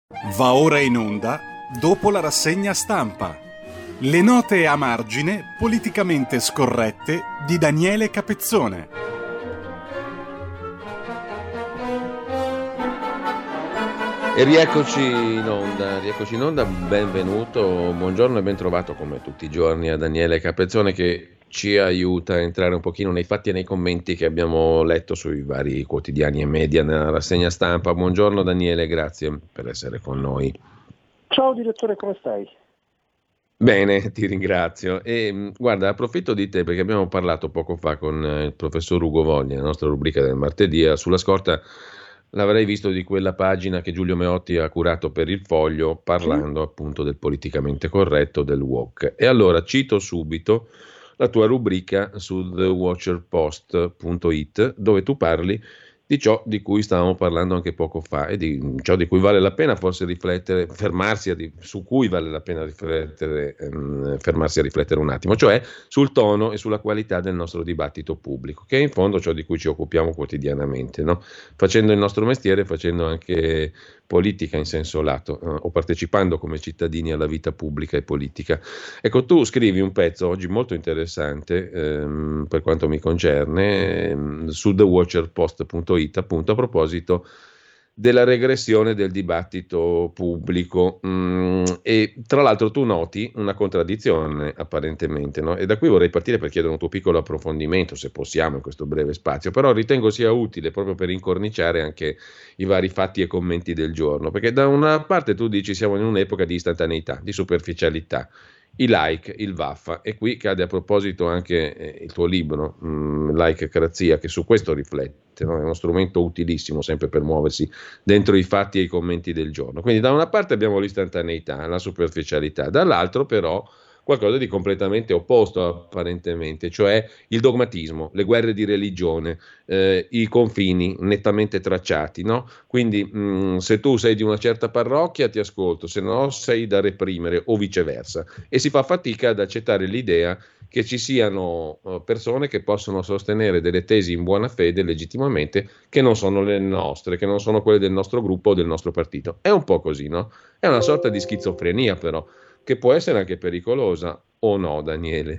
Va ora in onda, dopo la rassegna stampa, le note a margine politicamente scorrette di Daniele Capezzone. E rieccoci in onda, rieccoci in onda, benvenuto, buongiorno e ben trovato come tutti i giorni a Daniele Capezzone, che ci aiuta a entrare un pochino nei fatti e nei commenti che abbiamo letto sui vari quotidiani e media nella rassegna stampa. Buongiorno Daniele, grazie per essere con noi. Ciao direttore, come stai? Bene, ti ringrazio. E guarda, approfitto di te perché abbiamo parlato poco fa con il professor Ugo Volli, nella nostra rubrica del martedì, sulla scorta l'avrei visto di quella pagina che Giulio Meotti ha curato per Il Foglio, parlando sì. appunto del politicamente corretto, del woke. E allora cito subito la tua rubrica su the watcher post punto it, dove tu parli di ciò di cui stavamo parlando anche poco fa e di ciò di cui vale la pena forse riflettere, fermarsi a di, su cui vale la pena riflettere, ehm, fermarsi a riflettere un attimo, cioè sul tono e sulla qualità del nostro dibattito pubblico, che è in fondo ciò di cui ci occupiamo quotidianamente, no? Facendo il nostro mestiere, facendo anche politica in senso lato, eh, o partecipando come cittadini alla vita pubblica e politica. Ecco, tu scrivi un pezzo oggi molto interessante, ehm, per quanto mi concerne, ehm, su the watcher post punto it, appunto a proposito della regressione del dibattito pubblico, mm, e tra l'altro tu noti una contraddizione apparentemente, no? E da qui vorrei partire per chiedere un tuo piccolo approfondimento, se possiamo, in questo breve spazio, però ritengo sia utile proprio per incorniciare anche i vari fatti e commenti del giorno, perché da una parte tu dici siamo in un'epoca di istantaneità, di superficialità, i like, il vaffa, e qui cade a proposito anche eh, il tuo libro, mh, Likecrazia, che su questo riflette, no? È uno strumento utilissimo sempre per muoversi dentro i fatti e i commenti del giorno. Quindi da una parte abbiamo l'istantaneità, la superficialità, dall'altro però qualcosa di completamente opposto apparentemente, cioè il dogmatismo, le guerre di religione, eh, i confini nettamente tracciati, no? Quindi mh, se tu sei di una certa parrocchia ti ascolto, se no sei da reprimere o viceversa, e si fa fatica ad accettare l'idea che ci siano uh, persone che possono sostenere delle tesi in buona fede legittimamente che non sono le nostre, che non sono quelle del nostro gruppo o del nostro partito. È un po' così, no? È una sorta di schizofrenia però, che può essere anche pericolosa, o no, Daniele?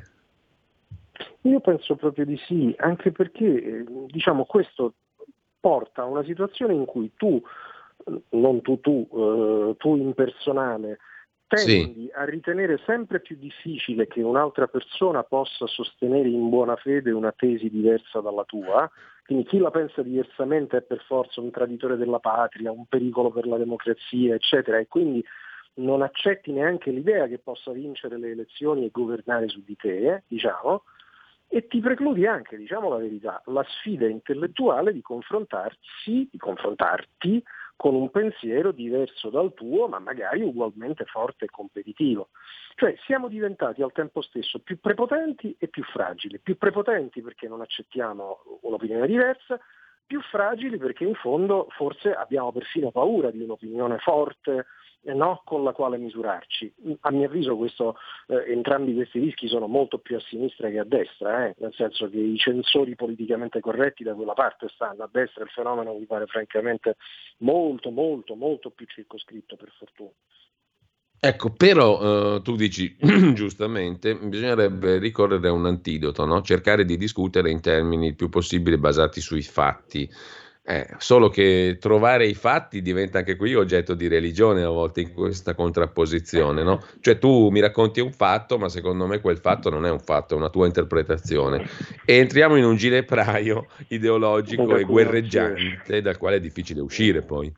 Io penso proprio di sì, anche perché diciamo questo porta a una situazione in cui tu, non tu tu, eh, tu in personale, tendi sì. a ritenere sempre più difficile che un'altra persona possa sostenere in buona fede una tesi diversa dalla tua, quindi chi la pensa diversamente è per forza un traditore della patria, un pericolo per la democrazia, eccetera, e quindi non accetti neanche l'idea che possa vincere le elezioni e governare su di te, eh, diciamo, e ti precludi anche, diciamo la verità, la sfida intellettuale di confrontarsi, di confrontarti con un pensiero diverso dal tuo, ma magari ugualmente forte e competitivo. Cioè siamo diventati al tempo stesso più prepotenti e più fragili. Più prepotenti perché non accettiamo un'opinione diversa, più fragili perché in fondo forse abbiamo perfino paura di un'opinione forte, no, con la quale misurarci. A mio avviso questo, eh, entrambi questi rischi sono molto più a sinistra che a destra, eh, nel senso che i censori politicamente corretti da quella parte stanno, a destra il fenomeno mi pare francamente molto molto molto più circoscritto, per fortuna. Ecco, però eh, tu dici giustamente, bisognerebbe ricorrere a un antidoto, no? Cercare di discutere in termini il più possibile basati sui fatti. Eh, solo che trovare i fatti diventa anche qui oggetto di religione a volte in questa contrapposizione, no? Cioè tu mi racconti un fatto, ma secondo me quel fatto non è un fatto, è una tua interpretazione. E entriamo in un ginepraio ideologico e guerreggiante dal quale è difficile uscire poi.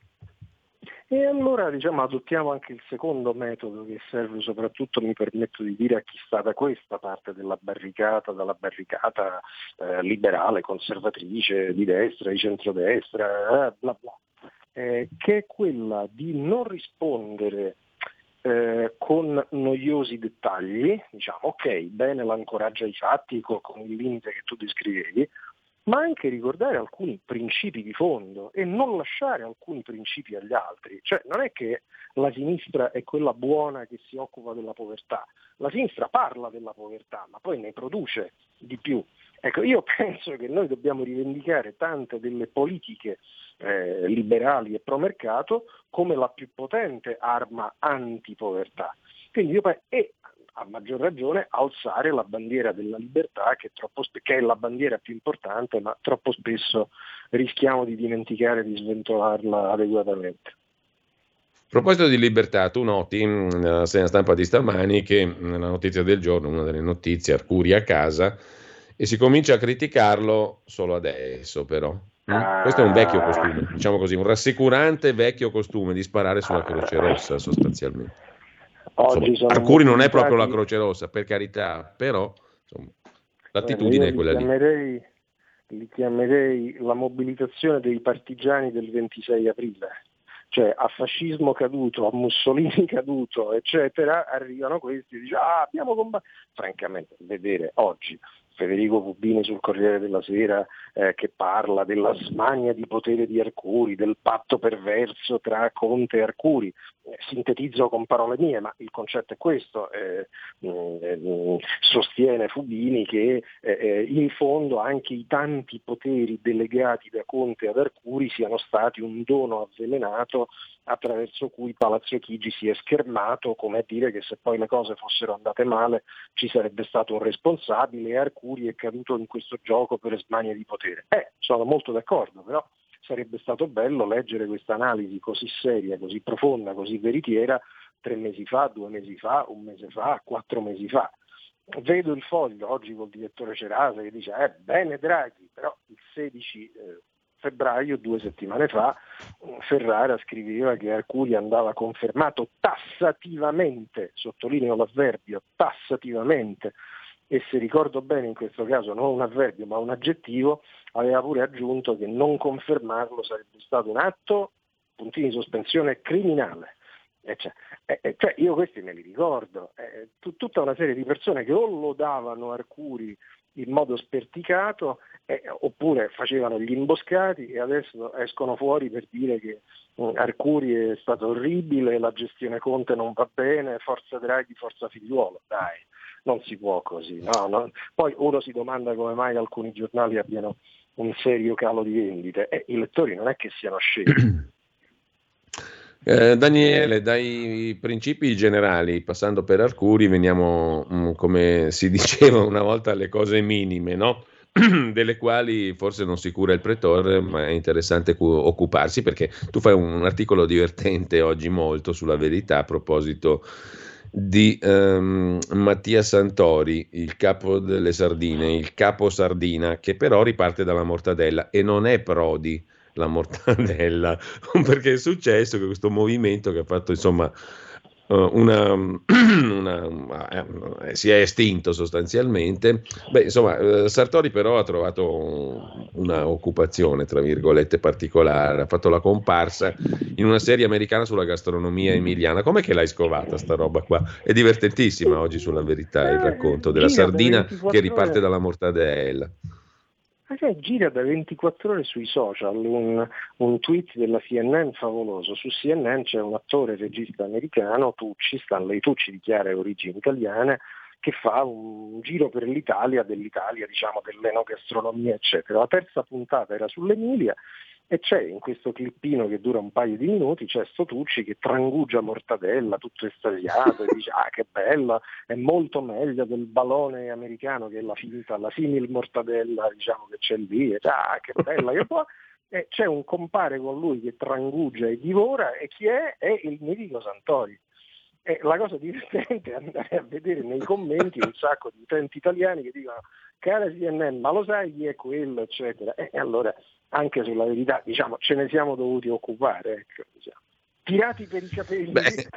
E allora diciamo adottiamo anche il secondo metodo che serve soprattutto, mi permetto di dire, a chi sta da questa parte della barricata, dalla barricata eh, liberale, conservatrice, di destra, di centrodestra, eh, bla bla, eh, che è quella di non rispondere eh, con noiosi dettagli, diciamo ok, bene l'ancoraggio ai fatti con, con il limite che tu descrivevi, ma anche ricordare alcuni principi di fondo e non lasciare alcuni principi agli altri. Cioè non è che la sinistra è quella buona che si occupa della povertà, la sinistra parla della povertà, ma poi ne produce di più. Ecco, io penso che noi dobbiamo rivendicare tante delle politiche eh, liberali e pro mercato come la più potente arma antipovertà. Quindi io penso, e a maggior ragione alzare la bandiera della libertà, che, troppo, che è la bandiera più importante, ma troppo spesso rischiamo di dimenticare di sventolarla adeguatamente. A proposito di libertà, tu noti nella segna stampa di stamani che nella notizia del giorno, una delle notizie, Arcuri a casa, e si comincia a criticarlo solo adesso però. Mm? Questo è un vecchio costume, diciamo così, un rassicurante vecchio costume di sparare sulla Croce Rossa sostanzialmente. Oggi insomma, Arcuri non è proprio la Croce Rossa, per carità, però insomma, l'attitudine eh, è quella chiamerei, lì. Li chiamerei la mobilitazione dei partigiani del ventisei aprile. Cioè a fascismo caduto, a Mussolini caduto, eccetera, arrivano questi e dicono ah, abbiamo combattuto. Francamente, vedere oggi Federico Pubini sul Corriere della Sera eh, che parla della smania di potere di Arcuri, del patto perverso tra Conte e Arcuri, eh, sintetizzo con parole mie, ma il concetto è questo, eh, mh, sostiene Pubini che eh, in fondo anche i tanti poteri delegati da Conte ad Arcuri siano stati un dono avvelenato attraverso cui Palazzo Chigi si è schermato, come a dire che se poi le cose fossero andate male ci sarebbe stato un responsabile e Arcuri è caduto in questo gioco per smania di potere. Eh, sono molto d'accordo, però sarebbe stato bello leggere questa analisi così seria, così profonda, così veritiera tre mesi fa, due mesi fa, un mese fa, quattro mesi fa. Vedo il Foglio oggi col direttore Cerasa che dice eh bene Draghi, però il sedici eh, febbraio, due settimane fa, Ferrara scriveva che Arcuri andava confermato tassativamente, sottolineo l'avverbio, tassativamente, e se ricordo bene in questo caso non un avverbio ma un aggettivo, aveva pure aggiunto che non confermarlo sarebbe stato un atto, puntini di sospensione, criminale. E cioè, eh, cioè io questi me li ricordo, eh, t- tutta una serie di persone che o lodavano Arcuri in modo sperticato eh, oppure facevano gli imboscati e adesso escono fuori per dire che mh, Arcuri è stato orribile, la gestione Conte non va bene, forza Draghi, forza Figliuolo. Dai, non si può così. No, no. Poi uno si domanda come mai alcuni giornali abbiano un serio calo di vendite e i lettori non è che siano scemi. Eh, Daniele, dai principi generali, passando per Arcuri, veniamo, mh, come si diceva una volta, alle cose minime, no? Delle quali forse non si cura il pretore, ma è interessante cu- occuparsi, perché tu fai un articolo divertente oggi molto sulla Verità a proposito di um, Mattia Santori, il capo delle sardine, il capo sardina, che però riparte dalla mortadella e non è Prodi la mortadella, perché è successo che questo movimento che ha fatto insomma una, una eh, si è estinto sostanzialmente. Beh, insomma, Sartori però ha trovato una occupazione tra virgolette particolare, ha fatto la comparsa in una serie americana sulla gastronomia emiliana. Com'è che l'hai scovata sta roba qua? È divertentissima oggi sulla Verità il racconto della sardina che riparte dalla mortadella. Cioè, gira da ventiquattro ore sui social un, un tweet della C N N favoloso. Su C N N c'è un attore regista americano, Tucci, Stanley Tucci, di chiare origini italiane, che fa un giro per l'Italia, dell'Italia, diciamo, dell'enogastronomia, eccetera. La terza puntata era sull'Emilia e c'è in questo clippino che dura un paio di minuti, c'è sto Tucci che trangugia mortadella, tutto estasiato, e dice ah che bella, è molto meglio del balone americano che è la finta, la simil mortadella, diciamo, che c'è lì, e ah che bella, che poi e c'è un compare con lui che trangugia e divora, e chi è? È il mitico Santori. E la cosa divertente è andare a vedere nei commenti un sacco di utenti italiani che dicono cara C N N, ma lo sai chi è quello, eccetera. E allora anche sulla Verità, diciamo, ce ne siamo dovuti occupare, ecco, diciamo. Tirati per i capelli.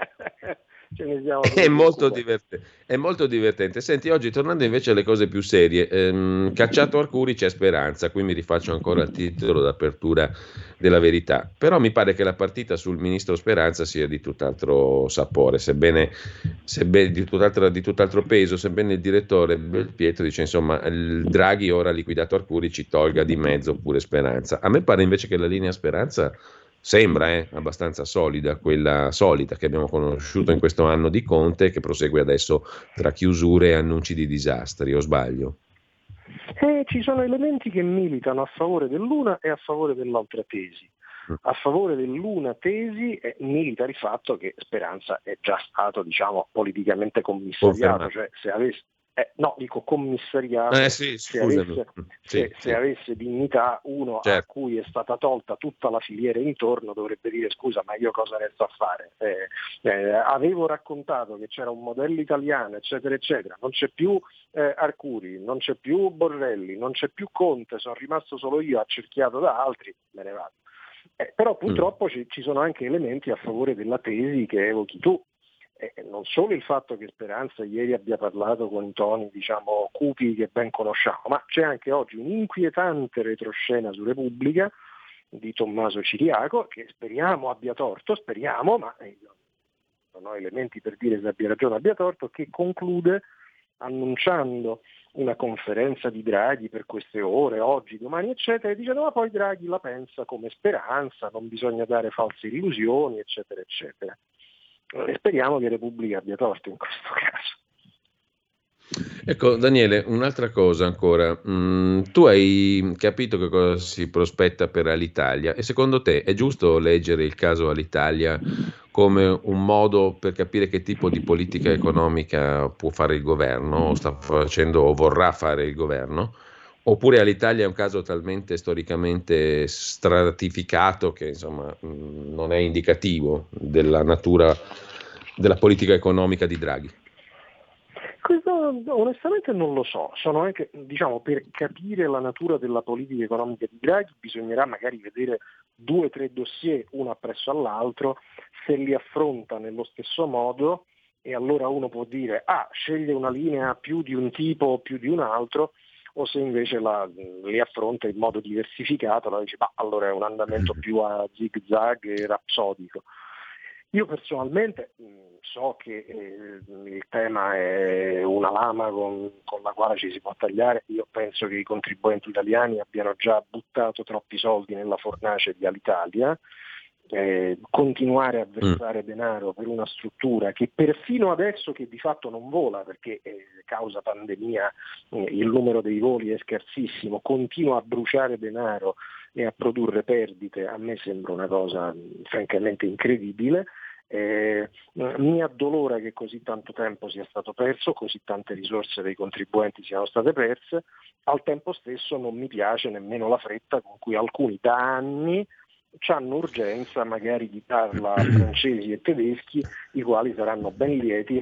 Ce ne siamo è, molto diverte- è molto divertente. Senti, oggi tornando invece alle cose più serie, ehm, cacciato Arcuri c'è speranza, qui mi rifaccio ancora il titolo d'apertura della Verità, però mi pare che la partita sul ministro Speranza sia di tutt'altro sapore, sebbene, sebbene di, tutt'altro, di tutt'altro peso, sebbene il direttore Belpietro dice insomma il Draghi ora ha liquidato Arcuri, ci tolga di mezzo pure Speranza. A me pare invece che la linea Speranza sembra eh, abbastanza solida, quella solita che abbiamo conosciuto in questo anno di Conte, che prosegue adesso tra chiusure e annunci di disastri, o sbaglio? E ci sono elementi che militano a favore dell'una e a favore dell'altra tesi. A favore dell'una tesi eh, milita il fatto che Speranza è già stato, diciamo, politicamente commissariato, cioè se avesse Eh, no, dico commissariato, eh sì, se, avesse, sì, se, sì. se avesse dignità, uno certo. a cui è stata tolta tutta la filiera intorno dovrebbe dire scusa, ma io cosa resto a fare? Eh, eh, avevo raccontato che c'era un modello italiano, eccetera, eccetera, non c'è più eh, Arcuri, non c'è più Borrelli, non c'è più Conte, sono rimasto solo io accerchiato da altri, me ne vado. Eh, però purtroppo mm. ci, ci sono anche elementi a favore della tesi che evochi tu. Eh, non solo il fatto che Speranza ieri abbia parlato con toni, diciamo, cupi che ben conosciamo, ma c'è anche oggi un'inquietante retroscena su Repubblica di Tommaso Ciriaco, che speriamo abbia torto, speriamo, ma eh, non ho elementi per dire se abbia ragione o abbia torto, che conclude annunciando una conferenza di Draghi per queste ore, oggi, domani, eccetera, e dicendo ma poi Draghi la pensa come Speranza, non bisogna dare false illusioni, eccetera, eccetera. E speriamo che Repubblica abbia torto in questo caso. Ecco Daniele, un'altra cosa ancora, mm, tu hai capito che cosa si prospetta per Alitalia e secondo te è giusto leggere il caso Alitalia come un modo per capire che tipo di politica economica può fare il governo o sta facendo o vorrà fare il governo? Oppure Alitalia è un caso talmente storicamente stratificato che insomma mh, non è indicativo della natura della politica economica di Draghi? Questo onestamente non lo so, sono anche, diciamo, per capire la natura della politica economica di Draghi bisognerà magari vedere due o tre dossier uno appresso all'altro, se li affronta nello stesso modo e allora uno può dire ah, sceglie una linea più di un tipo o più di un altro, o se invece la, li affronta in modo diversificato, la dice, bah, allora è un andamento più a zig zag e rapsodico. Io personalmente mh, so che eh, il tema è una lama con, con la quale ci si può tagliare, io penso che i contribuenti italiani abbiano già buttato troppi soldi nella fornace di Alitalia. Eh, continuare a versare mm. denaro per una struttura che perfino adesso che di fatto non vola perché eh, causa pandemia eh, il numero dei voli è scarsissimo, continua a bruciare denaro e a produrre perdite, a me sembra una cosa mh, francamente incredibile. Eh, mi addolora che così tanto tempo sia stato perso, così tante risorse dei contribuenti siano state perse, al tempo stesso non mi piace nemmeno la fretta con cui alcuni da anni hanno urgenza magari di darla a francesi e tedeschi, i quali saranno ben lieti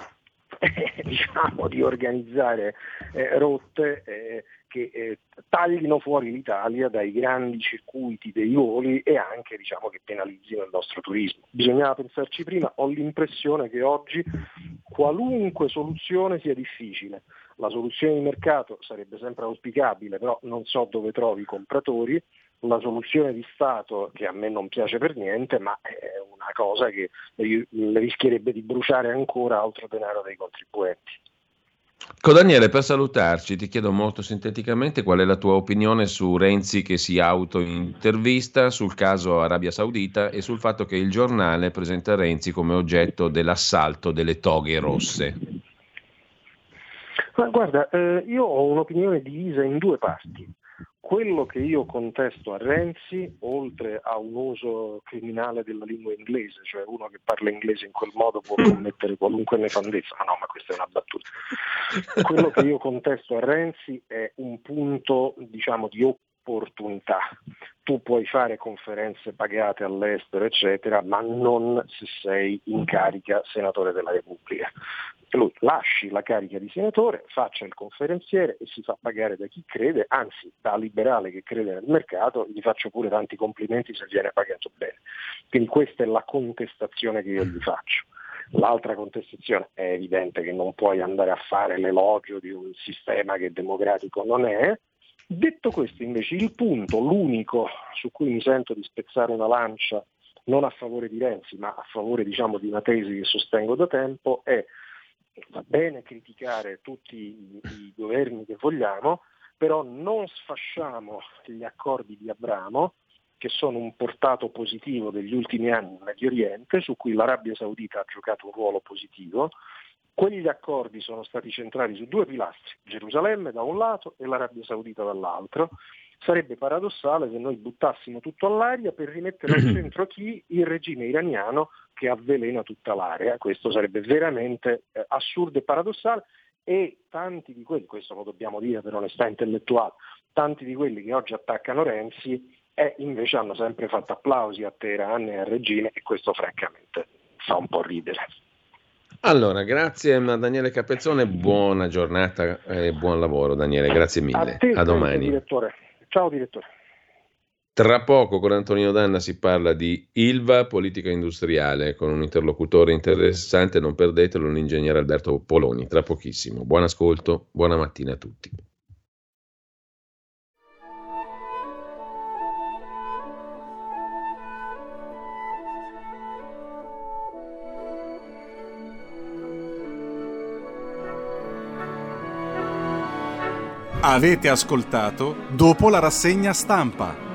eh, diciamo di organizzare eh, rotte eh, che eh, taglino fuori l'Italia dai grandi circuiti dei voli e anche diciamo che penalizzino il nostro turismo. Bisognava pensarci prima, ho l'impressione che oggi qualunque soluzione sia difficile. La soluzione di mercato sarebbe sempre auspicabile, però non so dove trovi i compratori. La soluzione di Stato, che a me non piace per niente, ma è una cosa che rischierebbe di bruciare ancora altro denaro dei contribuenti. Con Daniele, per salutarci, ti chiedo molto sinteticamente qual è la tua opinione su Renzi che si autointervista, sul caso Arabia Saudita e sul fatto che il giornale presenta Renzi come oggetto dell'assalto delle toghe rosse. Ma guarda, eh, io ho un'opinione divisa in due parti. Quello che io contesto a Renzi, oltre a un uso criminale della lingua inglese, cioè uno che parla inglese in quel modo può commettere qualunque nefandezza, ma no, ma questa è una battuta. Quello che io contesto a Renzi è un punto, diciamo, di opportunità. Tu puoi fare conferenze pagate all'estero, eccetera, ma non se sei in carica senatore della Repubblica. Lui lasci la carica di senatore, faccia il conferenziere e si fa pagare da chi crede, anzi da liberale che crede nel mercato, gli faccio pure tanti complimenti se viene pagato bene. Quindi questa è la contestazione che io gli faccio. L'altra contestazione è evidente che non puoi andare a fare l'elogio di un sistema che democratico non è. Detto questo invece il punto, l'unico su cui mi sento di spezzare una lancia non a favore di Renzi ma a favore diciamo di una tesi che sostengo da tempo è: va bene criticare tutti i, i governi che vogliamo, però non sfasciamo gli accordi di Abramo, che sono un portato positivo degli ultimi anni in Medio Oriente, su cui l'Arabia Saudita ha giocato un ruolo positivo, Quegli accordi sono stati centrati su due pilastri, Gerusalemme da un lato e l'Arabia Saudita dall'altro. Sarebbe paradossale se noi buttassimo tutto all'aria per rimettere al centro chi? Il regime iraniano che avvelena tutta l'area. Questo sarebbe veramente eh, assurdo e paradossale, e tanti di quelli, questo lo dobbiamo dire per onestà intellettuale, tanti di quelli che oggi attaccano Renzi eh, invece hanno sempre fatto applausi a Teheran e al regime, e questo francamente fa un po' ridere. Allora, grazie a Daniele Capezzone, buona giornata e buon lavoro Daniele, grazie mille, a, te, a domani. Direttore. Ciao direttore. Tra poco con Antonino Danna si parla di Ilva, politica industriale, con un interlocutore interessante, non perdetelo, l'ingegnere Alberto Poloni, tra pochissimo. Buon ascolto, buona mattina a tutti. Avete ascoltato Dopo la rassegna stampa.